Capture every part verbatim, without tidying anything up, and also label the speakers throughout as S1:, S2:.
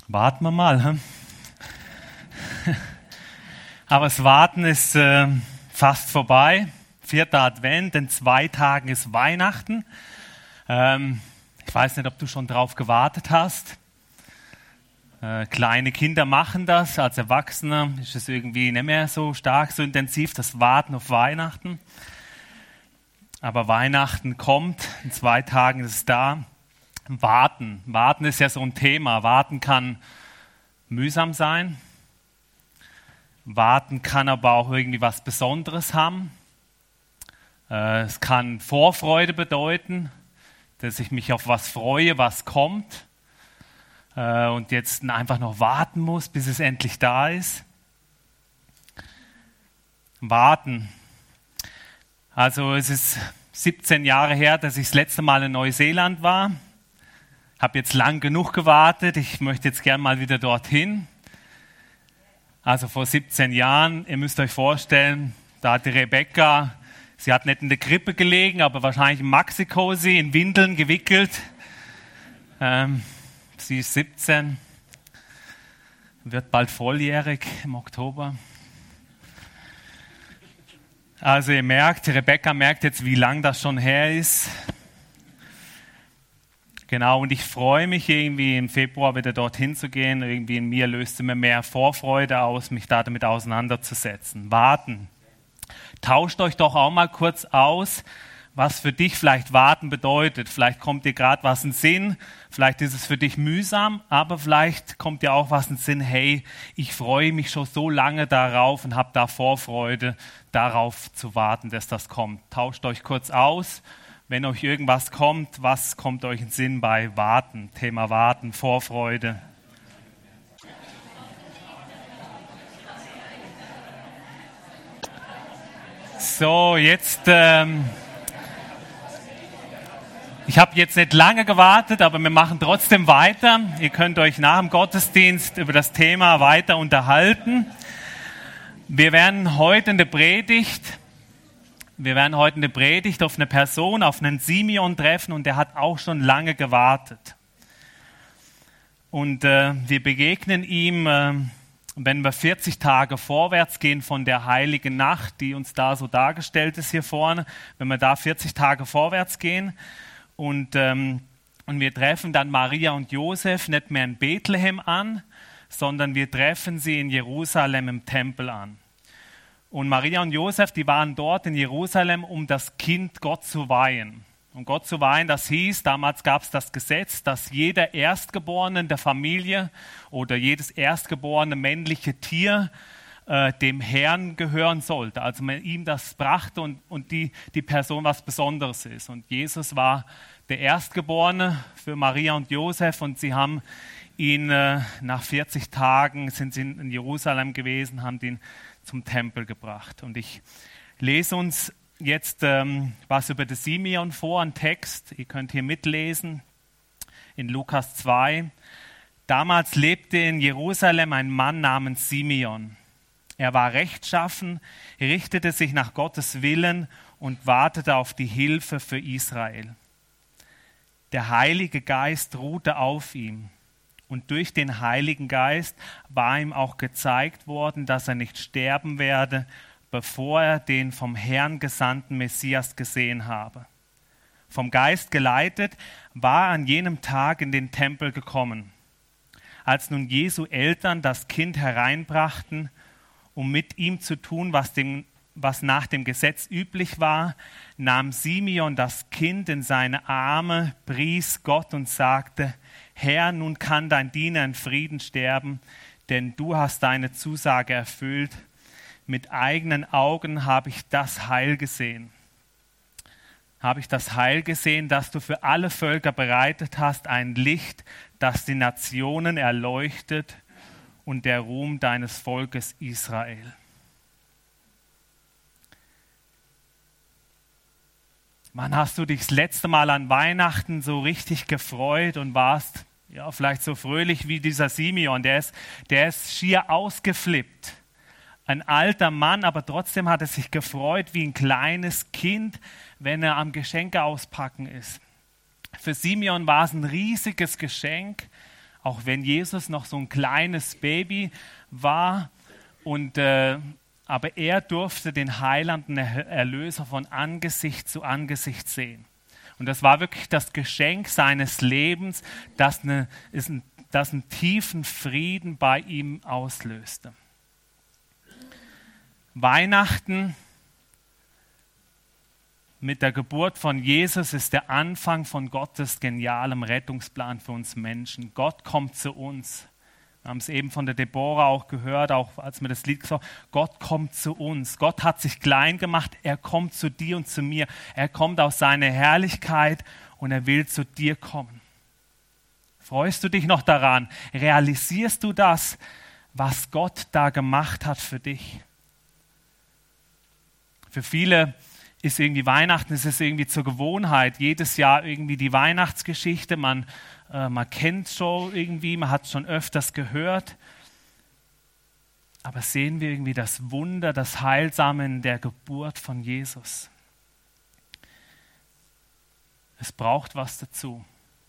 S1: Warten wir mal. Hm? Aber das Warten ist äh, fast vorbei. Vierter Advent, in zwei Tagen ist Weihnachten. Ähm, ich weiß nicht, ob du schon drauf gewartet hast. Äh, kleine Kinder machen das. Als Erwachsene ist es irgendwie nicht mehr so stark, so intensiv, das Warten auf Weihnachten. Aber Weihnachten kommt, in zwei Tagen ist es da. Warten. Warten ist ja so ein Thema. Warten kann mühsam sein. Warten kann aber auch irgendwie was Besonderes haben. Äh, es kann Vorfreude bedeuten, dass ich mich auf was freue, was kommt. Äh, und jetzt einfach noch warten muss, bis es endlich da ist. Warten. Also es ist siebzehn Jahre her, dass ich das letzte Mal in Neuseeland war. Habe jetzt lang genug gewartet, ich möchte jetzt gern mal wieder dorthin. Also vor siebzehn Jahren, ihr müsst euch vorstellen, da hat die Rebecca, sie hat nicht in der Krippe gelegen, aber wahrscheinlich im Maxi-Cosi in Windeln gewickelt. Ähm, sie ist siebzehn, wird bald volljährig im Oktober. Also ihr merkt, Rebecca merkt jetzt, wie lang das schon her ist. Genau, und ich freue mich irgendwie im Februar wieder dorthin zu gehen. Irgendwie in mir löst immer mehr Vorfreude aus, mich da damit auseinanderzusetzen. Warten. Tauscht euch doch auch mal kurz aus, was für dich vielleicht Warten bedeutet. Vielleicht kommt dir gerade was in den Sinn, vielleicht ist es für dich mühsam, aber vielleicht kommt dir auch was in den Sinn, hey, ich freue mich schon so lange darauf und habe da Vorfreude, darauf zu warten, dass das kommt. Tauscht euch kurz aus. Wenn euch irgendwas kommt, was kommt euch in den Sinn bei Warten? Thema Warten, Vorfreude. So, jetzt, ähm, ich habe jetzt nicht lange gewartet, aber wir machen trotzdem weiter. Ihr könnt euch nach dem Gottesdienst über das Thema weiter unterhalten. Wir werden heute in der Predigt Wir werden heute eine Predigt auf eine Person, auf einen Simeon treffen und der hat auch schon lange gewartet. Und äh, wir begegnen ihm, äh, wenn wir vierzig Tage vorwärts gehen von der heiligen Nacht, die uns da so dargestellt ist hier vorne, wenn wir da vierzig Tage vorwärts gehen und, ähm, und wir treffen dann Maria und Josef nicht mehr in Bethlehem an, sondern wir treffen sie in Jerusalem im Tempel an. Und Maria und Josef, die waren dort in Jerusalem, um das Kind Gott zu weihen. Und Gott zu weihen, das hieß, damals gab es das Gesetz, dass jeder Erstgeborene der Familie oder jedes erstgeborene männliche Tier äh, dem Herrn gehören sollte. Also man ihm das brachte und, und die, die Person was Besonderes ist. Und Jesus war der Erstgeborene für Maria und Josef und sie haben ihn äh, nach vierzig Tagen, sind sie in Jerusalem gewesen, haben ihn zum Tempel gebracht. Und ich lese uns jetzt ähm, was über den Simeon vor, einen Text. Ihr könnt hier mitlesen in Lukas zwei. Damals lebte in Jerusalem ein Mann namens Simeon. Er war rechtschaffen, richtete sich nach Gottes Willen und wartete auf die Hilfe für Israel. Der Heilige Geist ruhte auf ihm. Und durch den Heiligen Geist war ihm auch gezeigt worden, dass er nicht sterben werde, bevor er den vom Herrn gesandten Messias gesehen habe. Vom Geist geleitet war er an jenem Tag in den Tempel gekommen. Als nun Jesu Eltern das Kind hereinbrachten, um mit ihm zu tun, was, dem, was nach dem Gesetz üblich war, nahm Simeon das Kind in seine Arme, pries Gott und sagte: Herr, nun kann dein Diener in Frieden sterben, denn du hast deine Zusage erfüllt. Mit eigenen Augen habe ich das Heil gesehen. Habe ich das Heil gesehen, das du für alle Völker bereitet hast, ein Licht, das die Nationen erleuchtet und der Ruhm deines Volkes Israel. Wann hast du dich das letzte Mal an Weihnachten so richtig gefreut und warst ja vielleicht so fröhlich wie dieser Simeon? Der ist, der ist schier ausgeflippt. Ein alter Mann, aber trotzdem hat er sich gefreut wie ein kleines Kind, wenn er am Geschenke auspacken ist. Für Simeon war es ein riesiges Geschenk, Auch wenn Jesus noch so ein kleines Baby war, und, äh, aber er durfte den Heiland und Erlöser von Angesicht zu Angesicht sehen. Und das war wirklich das Geschenk seines Lebens, das, eine, ist ein, das einen tiefen Frieden bei ihm auslöste. Weihnachten mit der Geburt von Jesus ist der Anfang von Gottes genialem Rettungsplan für uns Menschen. Gott kommt zu uns. Wir haben es eben von der Deborah auch gehört, auch als wir das Lied gesungen haben. Gott kommt zu uns. Gott hat sich klein gemacht. Er kommt zu dir und zu mir. Er kommt aus seiner Herrlichkeit und er will zu dir kommen. Freust du dich noch daran? Realisierst du das, was Gott da gemacht hat für dich? Für viele ist irgendwie Weihnachten, es ist irgendwie zur Gewohnheit, jedes Jahr irgendwie die Weihnachtsgeschichte, man, äh, man kennt schon irgendwie, man hat es schon öfters gehört, aber sehen wir irgendwie das Wunder, das Heilsame in der Geburt von Jesus. Es braucht was dazu.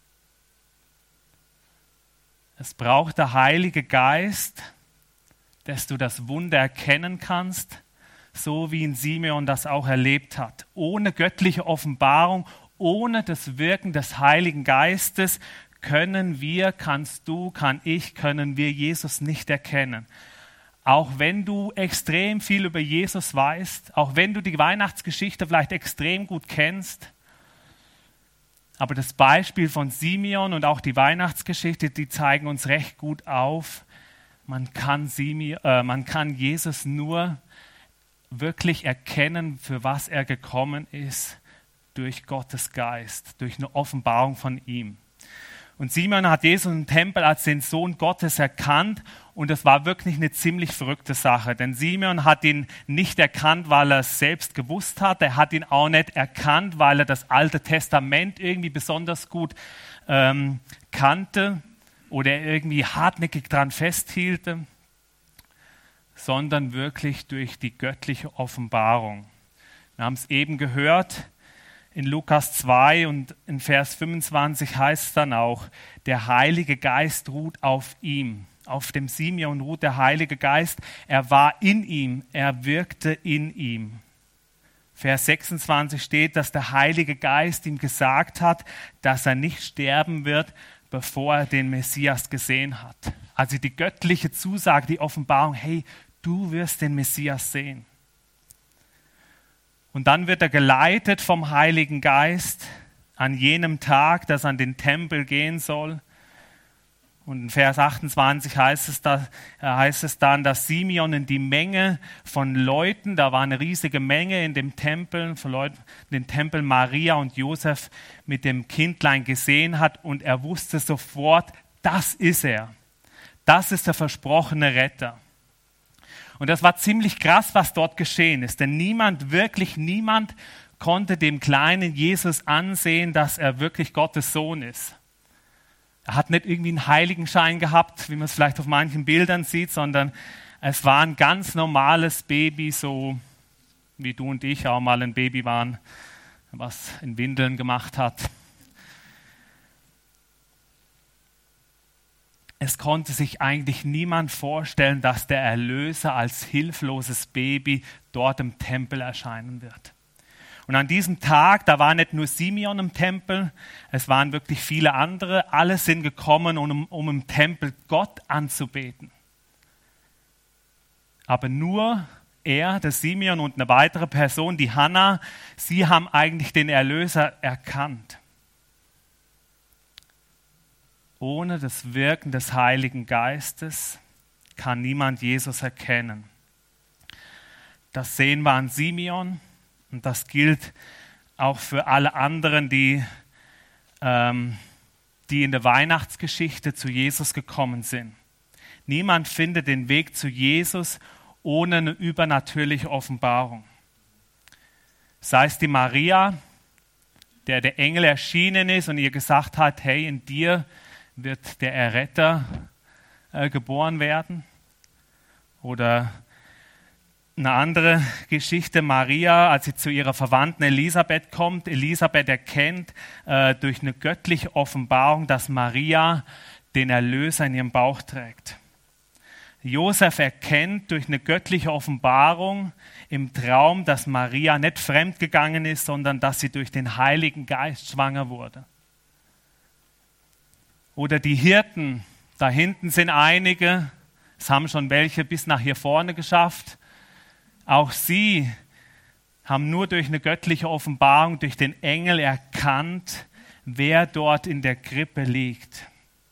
S1: Es braucht der Heilige Geist, dass du das Wunder erkennen kannst, so wie in Simeon das auch erlebt hat. Ohne göttliche Offenbarung, ohne das Wirken des Heiligen Geistes können wir, kannst du, kann ich, können wir Jesus nicht erkennen. Auch wenn du extrem viel über Jesus weißt, auch wenn du die Weihnachtsgeschichte vielleicht extrem gut kennst, aber das Beispiel von Simeon und auch die Weihnachtsgeschichte, die zeigen uns recht gut auf, man kann, Simeon, äh, man kann Jesus nur wirklich erkennen, für was er gekommen ist, durch Gottes Geist, durch eine Offenbarung von ihm. Und Simeon hat Jesus im Tempel als den Sohn Gottes erkannt und das war wirklich eine ziemlich verrückte Sache, denn Simeon hat ihn nicht erkannt, weil er es selbst gewusst hat, er hat ihn auch nicht erkannt, weil er das Alte Testament irgendwie besonders gut ähm, kannte oder irgendwie hartnäckig daran festhielte, sondern wirklich durch die göttliche Offenbarung. Wir haben es eben gehört, in Lukas zwei und in Vers fünfundzwanzig heißt es dann auch, der Heilige Geist ruht auf ihm. Auf dem Simeon ruht der Heilige Geist. Er war in ihm, er wirkte in ihm. Vers sechsundzwanzig steht, dass der Heilige Geist ihm gesagt hat, dass er nicht sterben wird, bevor er den Messias gesehen hat. Also die göttliche Zusage, die Offenbarung, hey, du wirst den Messias sehen. Und dann wird er geleitet vom Heiligen Geist an jenem Tag, dass er an den Tempel gehen soll. Und in Vers achtundzwanzig heißt es, da, heißt es dann, dass Simeon in die Menge von Leuten, da war eine riesige Menge in dem Tempel, von Leuten, den Tempel Maria und Josef mit dem Kindlein gesehen hat und er wusste sofort, das ist er. Das ist der versprochene Retter. Und das war ziemlich krass, was dort geschehen ist. Denn niemand, wirklich niemand, konnte dem kleinen Jesus ansehen, dass er wirklich Gottes Sohn ist. Er hat nicht irgendwie einen Heiligenschein gehabt, wie man es vielleicht auf manchen Bildern sieht, sondern es war ein ganz normales Baby, so wie du und ich auch mal ein Baby waren, was in Windeln gemacht hat. Es konnte sich eigentlich niemand vorstellen, dass der Erlöser als hilfloses Baby dort im Tempel erscheinen wird. Und an diesem Tag, da war nicht nur Simeon im Tempel, es waren wirklich viele andere. Alle sind gekommen, um, um im Tempel Gott anzubeten. Aber nur er, der Simeon und eine weitere Person, die Hannah, sie haben eigentlich den Erlöser erkannt. Ohne das Wirken des Heiligen Geistes kann niemand Jesus erkennen. Das sehen wir an Simeon und das gilt auch für alle anderen, die, ähm, die in der Weihnachtsgeschichte zu Jesus gekommen sind. Niemand findet den Weg zu Jesus ohne eine übernatürliche Offenbarung. Sei es die Maria, der der Engel erschienen ist und ihr gesagt hat, hey, in dir wird der Erretter äh, geboren werden. Oder eine andere Geschichte, Maria, als sie zu ihrer Verwandten Elisabeth kommt. Elisabeth erkennt äh, durch eine göttliche Offenbarung, dass Maria den Erlöser in ihrem Bauch trägt. Josef erkennt durch eine göttliche Offenbarung im Traum, dass Maria nicht fremdgegangen ist, sondern dass sie durch den Heiligen Geist schwanger wurde. Oder die Hirten, da hinten sind einige, es haben schon welche bis nach hier vorne geschafft. Auch sie haben nur durch eine göttliche Offenbarung, durch den Engel erkannt, wer dort in der Krippe liegt.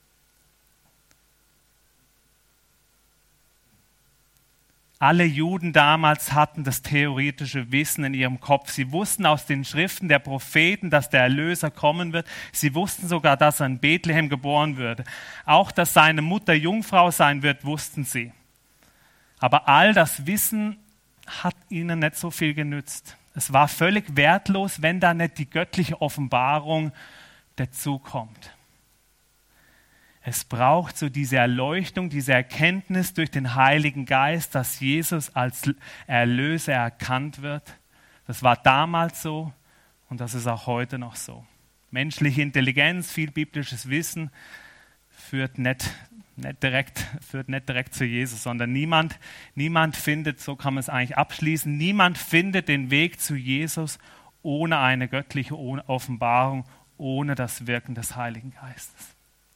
S1: Alle Juden damals hatten das theoretische Wissen in ihrem Kopf. Sie wussten aus den Schriften der Propheten, dass der Erlöser kommen wird. Sie wussten sogar, dass er in Bethlehem geboren würde. Auch, dass seine Mutter Jungfrau sein wird, wussten sie. Aber all das Wissen hat ihnen nicht so viel genützt. Es war völlig wertlos, wenn da nicht die göttliche Offenbarung dazukommt. Es braucht so diese Erleuchtung, diese Erkenntnis durch den Heiligen Geist, dass Jesus als Erlöser erkannt wird. Das war damals so und das ist auch heute noch so. Menschliche Intelligenz, viel biblisches Wissen führt nicht, nicht, direkt, führt nicht direkt zu Jesus, sondern niemand, niemand findet, so kann man es eigentlich abschließen, niemand findet den Weg zu Jesus ohne eine göttliche Offenbarung, ohne das Wirken des Heiligen Geistes.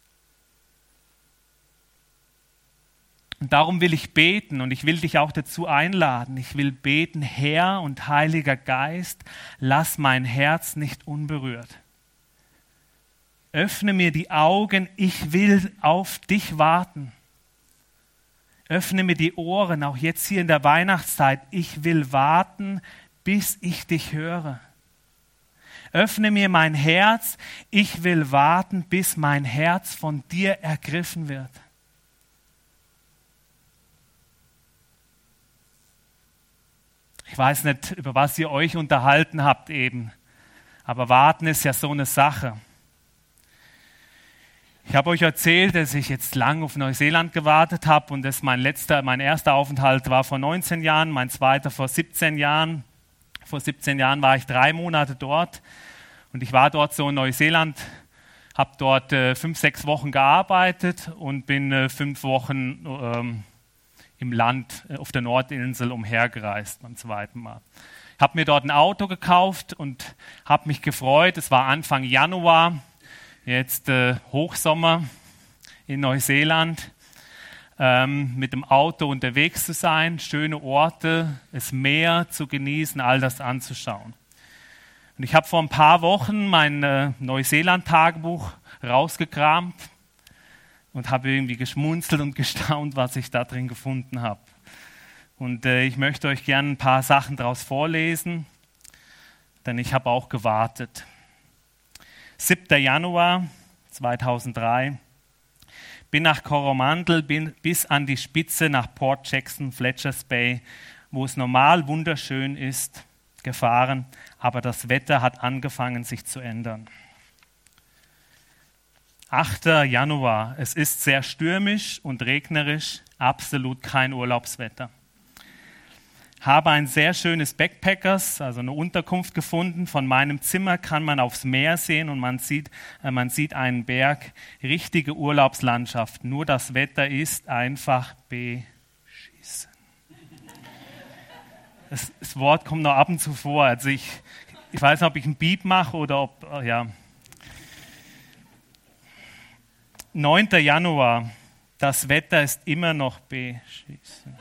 S1: Und darum will ich beten und ich will dich auch dazu einladen. Ich will beten, Herr und Heiliger Geist, lass mein Herz nicht unberührt. Öffne mir die Augen, ich will auf dich warten. Öffne mir die Ohren, auch jetzt hier in der Weihnachtszeit. Ich will warten, bis ich dich höre. Öffne mir mein Herz, ich will warten, bis mein Herz von dir ergriffen wird. Ich weiß nicht, über was ihr euch unterhalten habt eben, aber warten ist ja so eine Sache. Ich habe euch erzählt, dass ich jetzt lang auf Neuseeland gewartet habe und das mein letzter, mein erster Aufenthalt war vor neunzehn Jahren, mein zweiter vor siebzehn Jahren. Vor siebzehn Jahren war ich drei Monate dort und ich war dort so in Neuseeland, habe dort äh, fünf, sechs Wochen gearbeitet und bin äh, fünf Wochen ähm, im Land auf der Nordinsel umhergereist beim zweiten Mal. Ich habe mir dort ein Auto gekauft und habe mich gefreut. Es war Anfang Januar, jetzt äh, Hochsommer in Neuseeland, ähm, mit dem Auto unterwegs zu sein, schöne Orte, das Meer zu genießen, all das anzuschauen. Und ich habe vor ein paar Wochen mein äh, Neuseeland-Tagebuch rausgekramt und habe irgendwie geschmunzelt und gestaunt, was ich da drin gefunden habe. Und äh, ich möchte euch gerne ein paar Sachen daraus vorlesen, denn ich habe auch gewartet. siebter Januar zweitausenddrei. Bin nach Coromandel bin bis an die Spitze nach Port Jackson, Fletchers Bay, wo es normal wunderschön ist, gefahren, aber das Wetter hat angefangen, sich zu ändern. achter Januar. Es ist sehr stürmisch und regnerisch, absolut kein Urlaubswetter. Habe ein sehr schönes Backpackers, also eine Unterkunft gefunden. Von meinem Zimmer kann man aufs Meer sehen und man sieht, äh, man sieht einen Berg. Richtige Urlaubslandschaft. Nur das Wetter ist einfach beschissen. Das, das Wort kommt noch ab und zu vor. Also ich, ich weiß nicht, ob ich einen Beep mache oder ob, oh ja. neunter Januar, das Wetter ist immer noch beschissen.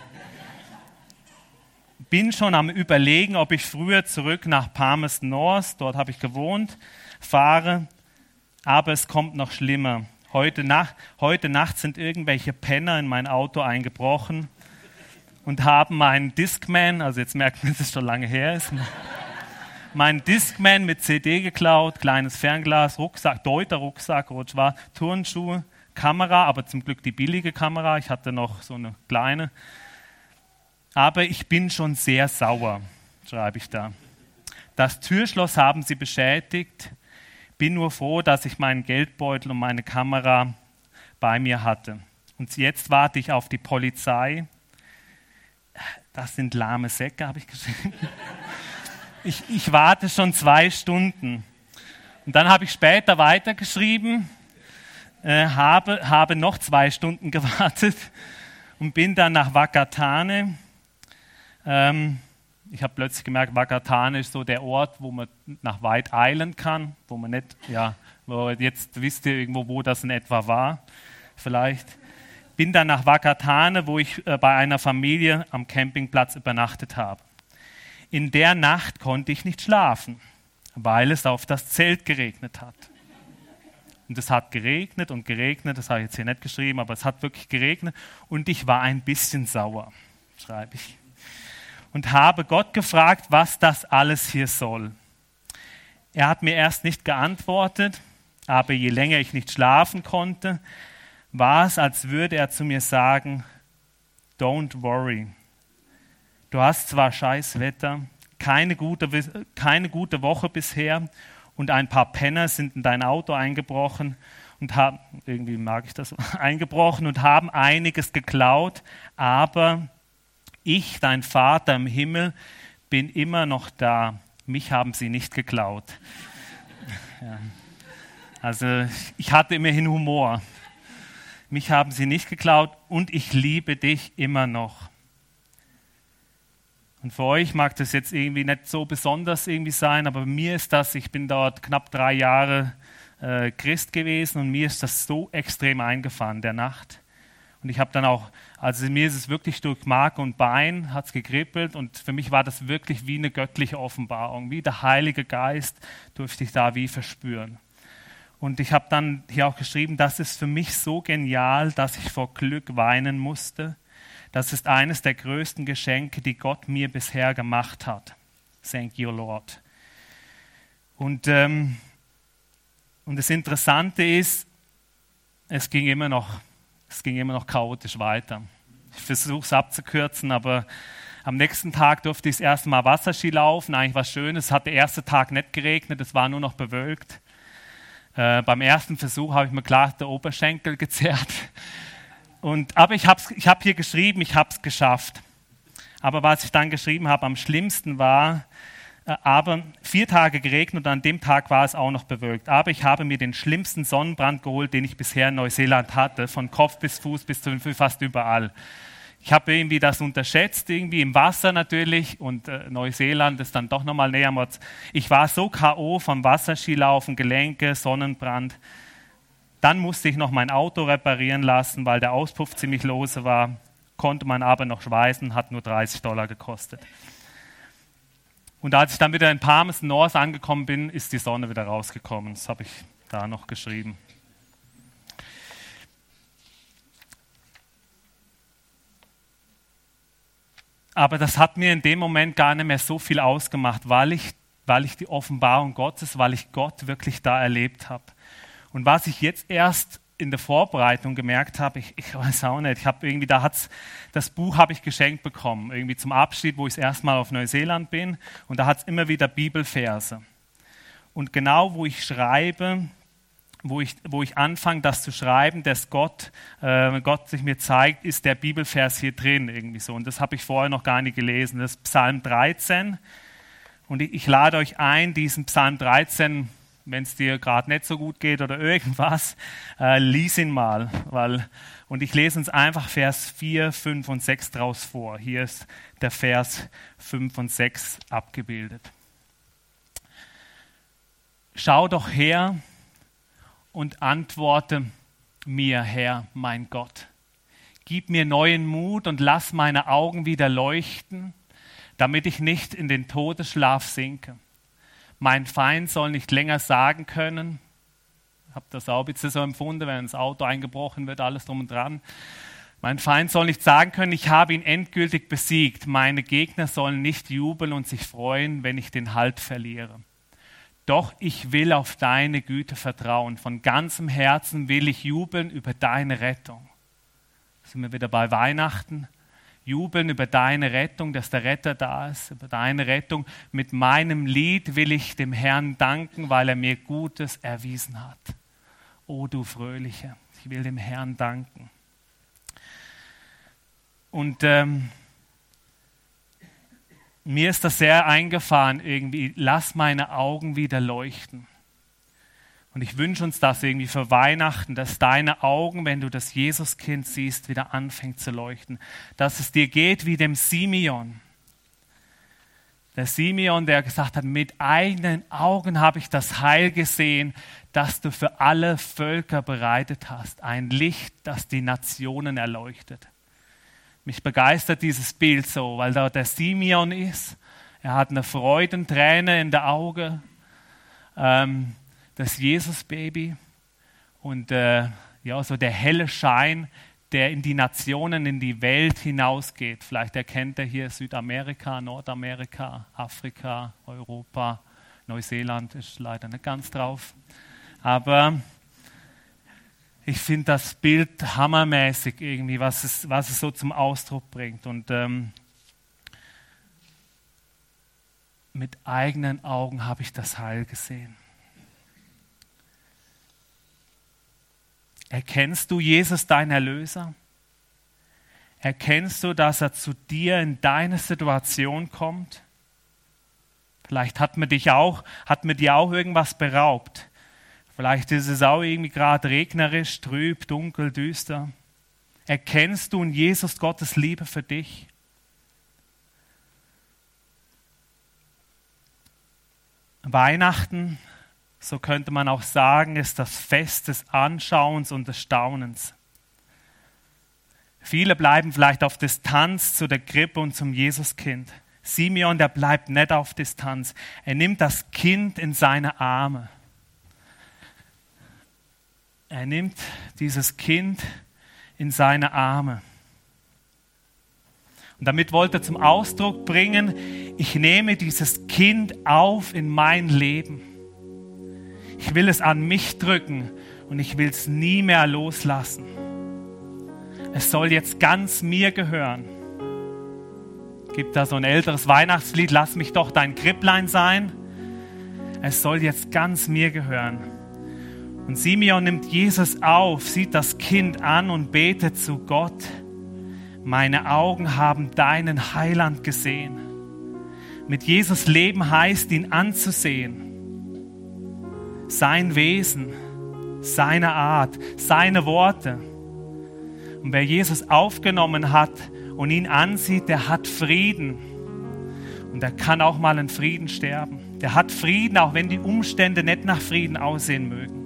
S1: Bin schon am Überlegen, ob ich früher zurück nach Palmerston North, dort habe ich gewohnt, fahre, aber es kommt noch schlimmer. Heute, Nacht, heute Nacht sind irgendwelche Penner in mein Auto eingebrochen und haben meinen Discman, also jetzt merkt man, dass es schon lange her ist, meinen Discman mit C D geklaut, kleines Fernglas, Rucksack, Deuter Rucksack, rot schwarz, Turnschuhe, Kamera, aber zum Glück die billige Kamera. Ich hatte noch so eine kleine. Aber ich bin schon sehr sauer, schreibe ich da. Das Türschloss haben sie beschädigt. Bin nur froh, dass ich meinen Geldbeutel und meine Kamera bei mir hatte. Und jetzt warte ich auf die Polizei. Das sind lahme Säcke, habe ich geschrieben. Ich, ich warte schon zwei Stunden. Und dann habe ich später weitergeschrieben. äh, habe, habe noch zwei Stunden gewartet und bin dann nach Whakatane. Ähm, ich habe plötzlich gemerkt, Whakatane ist so der Ort, wo man nach weit eilen kann, wo man nicht, ja, wo jetzt wisst ihr irgendwo, wo das in etwa war, vielleicht. Bin dann nach Whakatane, wo ich äh, bei einer Familie am Campingplatz übernachtet habe. In der Nacht konnte ich nicht schlafen, weil es auf das Zelt geregnet hat. Und es hat geregnet und geregnet, das habe ich jetzt hier nicht geschrieben, aber es hat wirklich geregnet und ich war ein bisschen sauer, schreibe ich. Und habe Gott gefragt, was das alles hier soll. Er hat mir erst nicht geantwortet, aber je länger ich nicht schlafen konnte, war es, als würde er zu mir sagen, don't worry. Du hast zwar scheiß Wetter, keine gute, keine gute Woche bisher und ein paar Penner sind in dein Auto eingebrochen und haben, irgendwie mag ich das, eingebrochen und haben einiges geklaut, aber ich, dein Vater im Himmel, bin immer noch da. Mich haben sie nicht geklaut. Ja. Also ich hatte immerhin Humor. Mich haben sie nicht geklaut und ich liebe dich immer noch. Und für euch mag das jetzt irgendwie nicht so besonders irgendwie sein, aber mir ist das, ich bin dort knapp drei Jahre äh, Christ gewesen und mir ist das so extrem eingefahren, der Nacht. Und ich habe dann auch, also mir ist es wirklich durch Mark und Bein, hat es gekribbelt und für mich war das wirklich wie eine göttliche Offenbarung, wie der Heilige Geist durfte ich da wie verspüren. Und ich habe dann hier auch geschrieben, das ist für mich so genial, dass ich vor Glück weinen musste. Das ist eines der größten Geschenke, die Gott mir bisher gemacht hat. Thank you, Lord. Und, ähm, und das Interessante ist, es ging immer noch, es ging immer noch chaotisch weiter. Ich versuche es abzukürzen, aber am nächsten Tag durfte ich das erste Mal Wasserski laufen. Eigentlich war es schön, es hat der erste Tag nicht geregnet, es war nur noch bewölkt. Äh, beim ersten Versuch habe ich mir klar den Oberschenkel gezerrt. Und, aber ich habe ich hab hier geschrieben, ich habe es geschafft. Aber was ich dann geschrieben habe, am schlimmsten war, äh, aber vier Tage geregnet und an dem Tag war es auch noch bewölkt. Aber ich habe mir den schlimmsten Sonnenbrand geholt, den ich bisher in Neuseeland hatte, von Kopf bis Fuß bis zu fast überall. Ich habe irgendwie das unterschätzt, irgendwie im Wasser natürlich und äh, Neuseeland ist dann doch nochmal näher. Ich war so K O vom Wasserskilaufen, Gelenke, Sonnenbrand. Dann musste ich noch mein Auto reparieren lassen, weil der Auspuff ziemlich lose war. Konnte man aber noch schweißen, hat nur dreißig Dollar gekostet. Und als ich dann wieder in Palms North angekommen bin, ist die Sonne wieder rausgekommen. Das habe ich da noch geschrieben. Aber das hat mir in dem Moment gar nicht mehr so viel ausgemacht, weil ich, weil ich die Offenbarung Gottes, weil ich Gott wirklich da erlebt habe. Und was ich jetzt erst in der Vorbereitung gemerkt habe, ich, ich weiß auch nicht, ich habe irgendwie, da hat's, das Buch habe ich geschenkt bekommen, irgendwie zum Abschied, wo ich das erste Mal auf Neuseeland bin und da hat es immer wieder Bibelverse. Und genau wo ich schreibe, wo ich, wo ich anfange, das zu schreiben, dass Gott, äh, Gott sich mir zeigt, ist der Bibelvers hier drin irgendwie so. Und das habe ich vorher noch gar nicht gelesen. Das ist Psalm dreizehn. Und ich, ich lade euch ein, diesen Psalm dreizehn, wenn es dir gerade nicht so gut geht oder irgendwas, äh, lies ihn mal. Weil, und ich lese uns einfach Vers vier, fünf und sechs draus vor. Hier ist der Vers fünf und sechs abgebildet. Schau doch her und antworte mir, Herr, mein Gott. Gib mir neuen Mut und lass meine Augen wieder leuchten, damit ich nicht in den Todesschlaf sinke. Mein Feind soll nicht länger sagen können, ich habe das auch ein bisschen so empfunden, wenn das Auto eingebrochen wird, alles drum und dran. Mein Feind soll nicht sagen können, ich habe ihn endgültig besiegt. Meine Gegner sollen nicht jubeln und sich freuen, wenn ich den Halt verliere. Doch ich will auf deine Güte vertrauen. Von ganzem Herzen will ich jubeln über deine Rettung. Sind wir wieder bei Weihnachten? Jubeln über deine Rettung, dass der Retter da ist, über deine Rettung. Mit meinem Lied will ich dem Herrn danken, weil er mir Gutes erwiesen hat. O du Fröhliche, ich will dem Herrn danken. Und ähm, mir ist das sehr eingefahren irgendwie, lass meine Augen wieder leuchten. Und ich wünsche uns das irgendwie für Weihnachten, dass deine Augen, wenn du das Jesuskind siehst, wieder anfängt zu leuchten. Dass es dir geht wie dem Simeon. Der Simeon, der gesagt hat, mit eigenen Augen habe ich das Heil gesehen, das du für alle Völker bereitet hast. Ein Licht, das die Nationen erleuchtet. Mich begeistert dieses Bild so, weil da der Simeon ist. Er hat eine Freudenträne in der Auge. Ähm, das Jesus-Baby. Und äh, ja, so der helle Schein, der in die Nationen, in die Welt hinausgeht. Vielleicht erkennt er hier Südamerika, Nordamerika, Afrika, Europa, Neuseeland ist leider nicht ganz drauf. Aber ich finde das Bild hammermäßig irgendwie, was es, was es so zum Ausdruck bringt. Und ähm, mit eigenen Augen habe ich das Heil gesehen. Erkennst du Jesus, dein Erlöser? Erkennst du, dass er zu dir in deine Situation kommt? Vielleicht hat man dich auch, hat man dir auch irgendwas beraubt. Vielleicht ist es auch irgendwie gerade regnerisch, trüb, dunkel, düster. Erkennst du in Jesus Gottes Liebe für dich? Weihnachten, so könnte man auch sagen, ist das Fest des Anschauens und des Staunens. Viele bleiben vielleicht auf Distanz zu der Krippe und zum Jesuskind. Simeon, der bleibt nicht auf Distanz. Er nimmt das Kind in seine Arme. Er nimmt dieses Kind in seine Arme. Und damit wollte er zum Ausdruck bringen, ich nehme dieses Kind auf in mein Leben. Ich will es an mich drücken und ich will es nie mehr loslassen. Es soll jetzt ganz mir gehören. Gibt da so ein älteres Weihnachtslied, lass mich doch dein Kripplein sein. Es soll jetzt ganz mir gehören. Und Simeon nimmt Jesus auf, sieht das Kind an und betet zu Gott. Meine Augen haben deinen Heiland gesehen. Mit Jesus leben heißt, ihn anzusehen. Sein Wesen, seine Art, seine Worte. Und wer Jesus aufgenommen hat und ihn ansieht, der hat Frieden. Und er kann auch mal in Frieden sterben. Der hat Frieden, auch wenn die Umstände nicht nach Frieden aussehen mögen.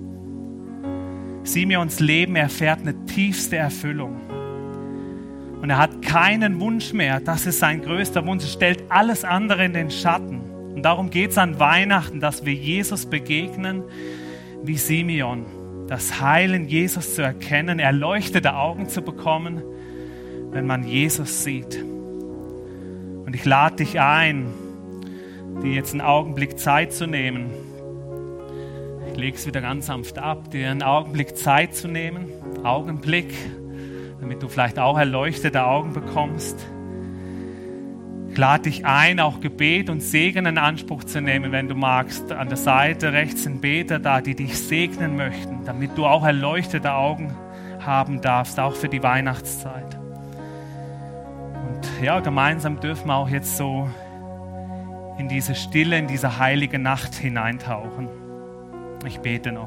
S1: Simeons Leben erfährt eine tiefste Erfüllung. Und er hat keinen Wunsch mehr. Das ist sein größter Wunsch. Er stellt alles andere in den Schatten. Und darum geht es an Weihnachten, dass wir Jesus begegnen wie Simeon. Das Heil in Jesus zu erkennen, erleuchtete Augen zu bekommen, wenn man Jesus sieht. Und ich lade dich ein, dir jetzt einen Augenblick Zeit zu nehmen. Ich lege es wieder ganz sanft ab, dir einen Augenblick Zeit zu nehmen. Augenblick, damit du vielleicht auch erleuchtete Augen bekommst. Ich lade dich ein, auch Gebet und Segen in Anspruch zu nehmen, wenn du magst. An der Seite rechts sind Beter da, die dich segnen möchten, damit du auch erleuchtete Augen haben darfst, auch für die Weihnachtszeit. Und ja, gemeinsam dürfen wir auch jetzt so in diese Stille, in diese heilige Nacht hineintauchen. Ich bete noch.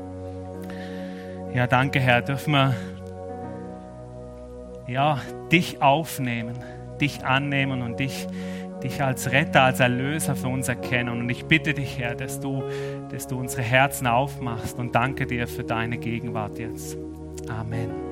S1: Ja, danke Herr, dürfen wir ja, dich aufnehmen, dich annehmen und dich, dich als Retter, als Erlöser für uns erkennen. Und ich bitte dich, Herr, dass du, dass du unsere Herzen aufmachst und danke dir für deine Gegenwart jetzt. Amen.